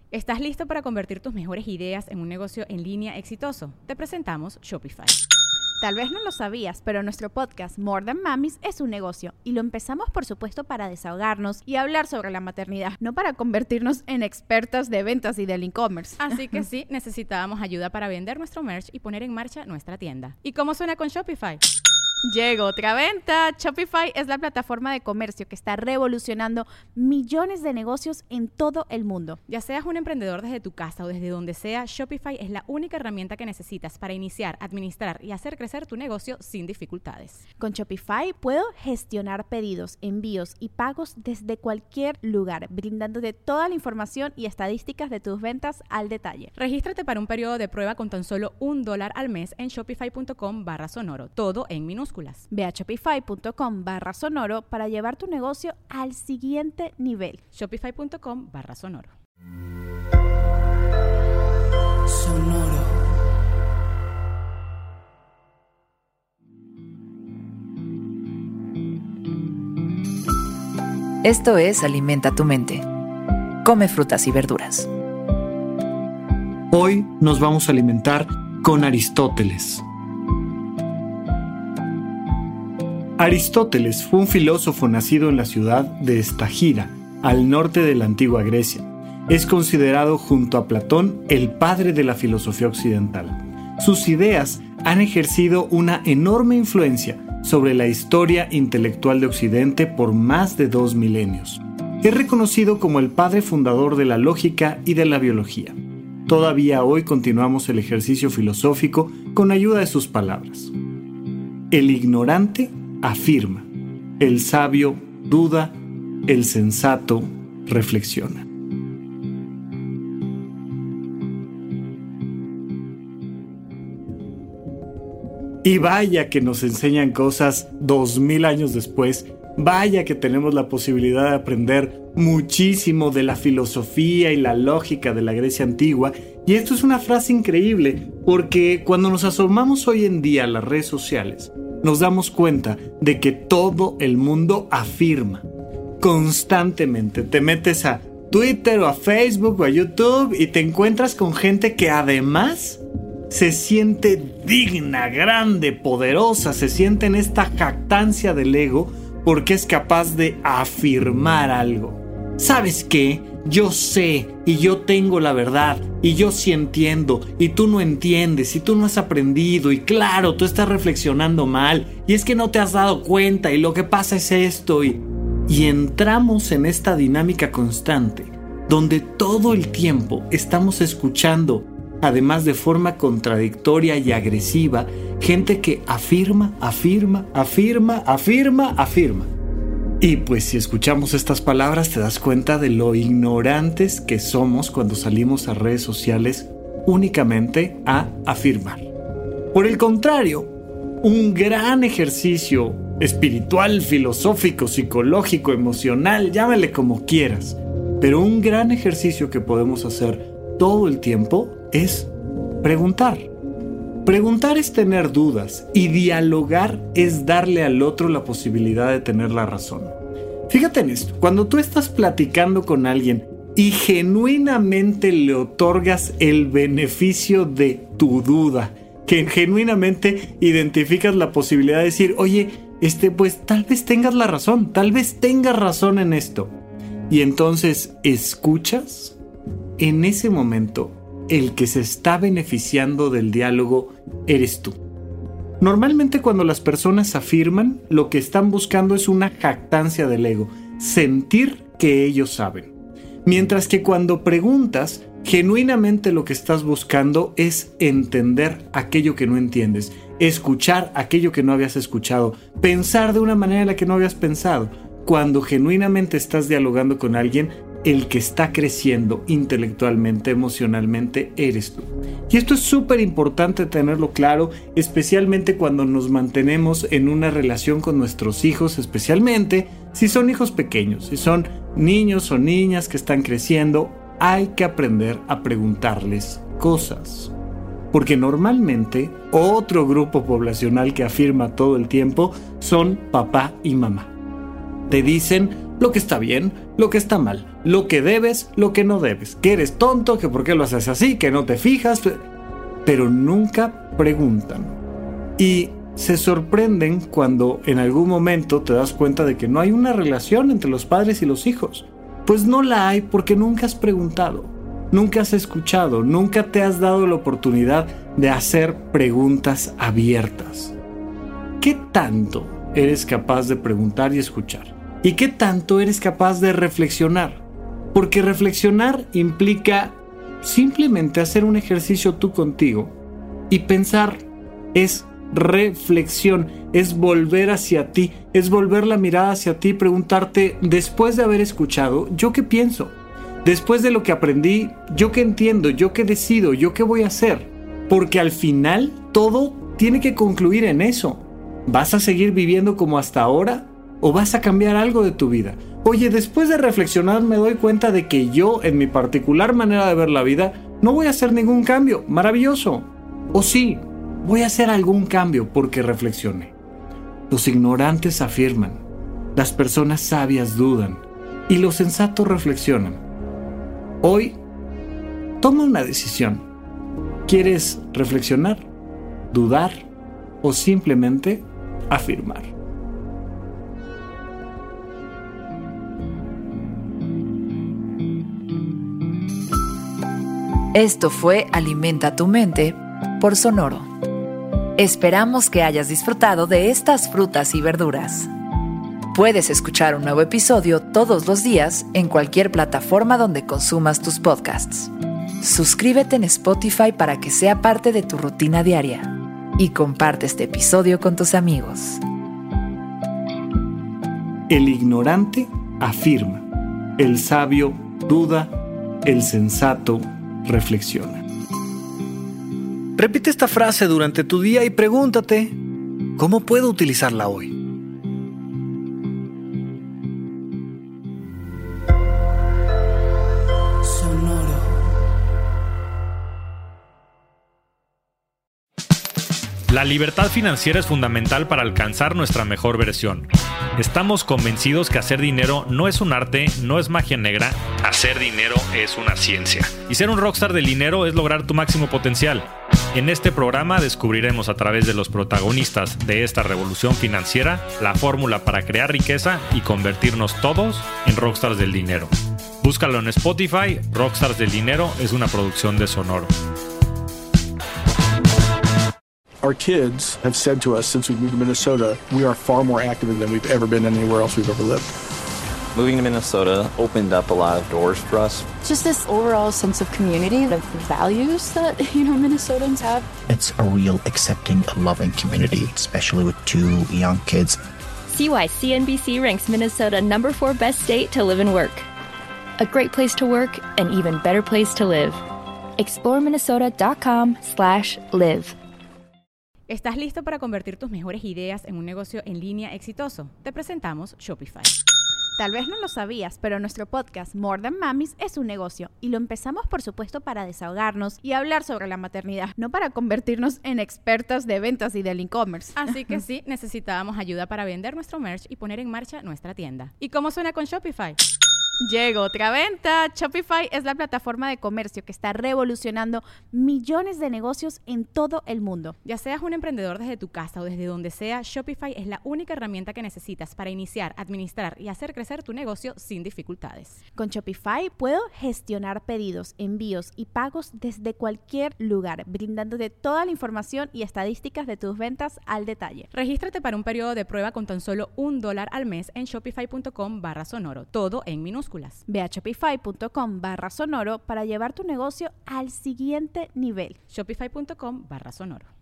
¿Estás listo para convertir tus mejores ideas en un negocio en línea exitoso? Te presentamos Shopify. Tal vez no lo sabías, pero nuestro podcast More Than Mamis es un negocio y lo empezamos por supuesto para desahogarnos y hablar sobre la maternidad, no para convertirnos en expertas de ventas y del e-commerce. Así que sí, necesitábamos ayuda para vender nuestro merch y poner en marcha nuestra tienda. ¿Y cómo suena con Shopify? Llegó otra venta. Shopify es la plataforma de comercio que está revolucionando millones de negocios en todo el mundo. Ya seas un emprendedor desde tu casa o desde donde sea, Shopify es la única herramienta que necesitas para iniciar, administrar y hacer crecer tu negocio sin dificultades. Con Shopify puedo gestionar pedidos, envíos y pagos desde cualquier lugar, brindándote toda la información y estadísticas de tus ventas al detalle. Regístrate para un periodo de prueba con tan solo $1 al mes en shopify.com/sonoro, todo en minúsculas. Ve a shopify.com/sonoro para llevar tu negocio al siguiente nivel. Shopify.com/sonoro. Sonoro. Esto es Alimenta tu mente. Come frutas y verduras. Hoy nos vamos a alimentar con Aristóteles. Aristóteles fue un filósofo nacido en la ciudad de Estagira, al norte de la antigua Grecia. Es considerado junto a Platón el padre de la filosofía occidental. Sus ideas han ejercido una enorme influencia sobre la historia intelectual de Occidente por más de 2 milenios. Es reconocido como el padre fundador de la lógica y de la biología. Todavía hoy continuamos el ejercicio filosófico con ayuda de sus palabras. El ignorante afirma, el sabio duda, el sensato reflexiona. Y vaya que nos enseñan cosas 2000 años después, vaya que tenemos la posibilidad de aprender muchísimo de la filosofía y la lógica de la Grecia antigua. Y esto es una frase increíble, porque cuando nos asomamos hoy en día a las redes sociales, nos damos cuenta de que todo el mundo afirma. Constantemente te metes a Twitter o a Facebook o a YouTube y te encuentras con gente que además se siente digna, grande, poderosa, se siente en esta jactancia del ego porque es capaz de afirmar algo. ¿Sabes qué? Yo sé y yo tengo la verdad y yo sí entiendo y tú no entiendes y tú no has aprendido y claro, tú estás reflexionando mal y es que no te has dado cuenta y lo que pasa es esto y entramos en esta dinámica constante donde todo el tiempo estamos escuchando, además de forma contradictoria y agresiva, gente que afirma. Y pues si escuchamos estas palabras te das cuenta de lo ignorantes que somos cuando salimos a redes sociales únicamente a afirmar. Por el contrario, un gran ejercicio espiritual, filosófico, psicológico, emocional, llámale como quieras, pero un gran ejercicio que podemos hacer todo el tiempo es preguntar. Preguntar es tener dudas y dialogar es darle al otro la posibilidad de tener la razón. Fíjate en esto, cuando tú estás platicando con alguien y genuinamente le otorgas el beneficio de tu duda, que genuinamente identificas la posibilidad de decir, oye, pues tal vez tengas la razón, tal vez tengas razón en esto. Y entonces escuchas, en ese momento el que se está beneficiando del diálogo eres tú. Normalmente cuando las personas afirman, lo que están buscando es una jactancia del ego, sentir que ellos saben. Mientras que cuando preguntas, genuinamente lo que estás buscando es entender aquello que no entiendes, escuchar aquello que no habías escuchado, pensar de una manera en la que no habías pensado. Cuando genuinamente estás dialogando con alguien, el que está creciendo intelectualmente, emocionalmente, eres tú. Y esto es súper importante tenerlo claro, especialmente cuando nos mantenemos en una relación con nuestros hijos, especialmente si son hijos pequeños, si son niños o niñas que están creciendo, hay que aprender a preguntarles cosas. Porque normalmente otro grupo poblacional que afirma todo el tiempo son papá y mamá. Te dicen lo que está bien, lo que está mal, lo que debes, lo que no debes, que eres tonto, que por qué lo haces así, que no te fijas, pero nunca preguntan. Y se sorprenden cuando en algún momento te das cuenta de que no hay una relación entre los padres y los hijos. Pues no la hay porque nunca has preguntado, nunca has escuchado, nunca te has dado la oportunidad de hacer preguntas abiertas. ¿Qué tanto eres capaz de preguntar y escuchar? ¿Y qué tanto eres capaz de reflexionar? Porque reflexionar implica simplemente hacer un ejercicio tú contigo y pensar. Es reflexión, es volver hacia ti, es volver la mirada hacia ti, preguntarte, después de haber escuchado, ¿yo qué pienso? Después de lo que aprendí, ¿yo qué entiendo? ¿Yo qué decido? ¿Yo qué voy a hacer? Porque al final todo tiene que concluir en eso. ¿Vas a seguir viviendo como hasta ahora? ¿O vas a cambiar algo de tu vida? Oye, después de reflexionar me doy cuenta de que yo, en mi particular manera de ver la vida, no voy a hacer ningún cambio. Maravilloso. O sí, voy a hacer algún cambio porque reflexioné. Los ignorantes afirman, las personas sabias dudan y los sensatos reflexionan. Hoy, toma una decisión. ¿Quieres reflexionar, dudar o simplemente afirmar? Esto fue Alimenta tu mente por Sonoro. Esperamos que hayas disfrutado de estas frutas y verduras. Puedes escuchar un nuevo episodio todos los días en cualquier plataforma donde consumas tus podcasts. Suscríbete en Spotify para que sea parte de tu rutina diaria y comparte este episodio con tus amigos. El ignorante afirma, el sabio duda, el sensato reflexiona. Repite esta frase durante tu día y pregúntate, ¿cómo puedo utilizarla hoy? Sonoro. La libertad financiera es fundamental para alcanzar nuestra mejor versión. Estamos convencidos que hacer dinero no es un arte, no es magia negra. Hacer dinero es una ciencia. Y ser un rockstar del dinero es lograr tu máximo potencial. En este programa descubriremos a través de los protagonistas de esta revolución financiera la fórmula para crear riqueza y convertirnos todos en rockstars del dinero. Búscalo en Spotify. Rockstars del Dinero es una producción de Sonoro. Our kids have said to us since we moved to Minnesota, we are far more active than we've ever been anywhere else we've ever lived. Moving to Minnesota opened up a lot of doors for us. Just this overall sense of community, of values that, Minnesotans have. It's a real accepting, loving community, especially with 2 young kids. See why CNBC ranks Minnesota number 4 best state to live and work. A great place to work, an even better place to live. ExploreMinnesota.com/live. ¿Estás listo para convertir tus mejores ideas en un negocio en línea exitoso? Te presentamos Shopify. Tal vez no lo sabías, pero nuestro podcast More Than Mamis es un negocio y lo empezamos por supuesto para desahogarnos y hablar sobre la maternidad, no para convertirnos en expertas de ventas y del e-commerce. Así que sí, necesitábamos ayuda para vender nuestro merch y poner en marcha nuestra tienda. ¿Y cómo suena con Shopify? Llegó otra venta. Shopify es la plataforma de comercio que está revolucionando millones de negocios en todo el mundo. Ya seas un emprendedor desde tu casa o desde donde sea, Shopify es la única herramienta que necesitas para iniciar, administrar y hacer crecer tu negocio sin dificultades. Con Shopify puedo gestionar pedidos, envíos y pagos desde cualquier lugar, brindándote toda la información y estadísticas de tus ventas al detalle. Regístrate para un periodo de prueba con tan solo $1 al mes en shopify.com/sonoro, todo en minúsculas. Ve a shopify.com/sonoro para llevar tu negocio al siguiente nivel. Shopify.com/sonoro.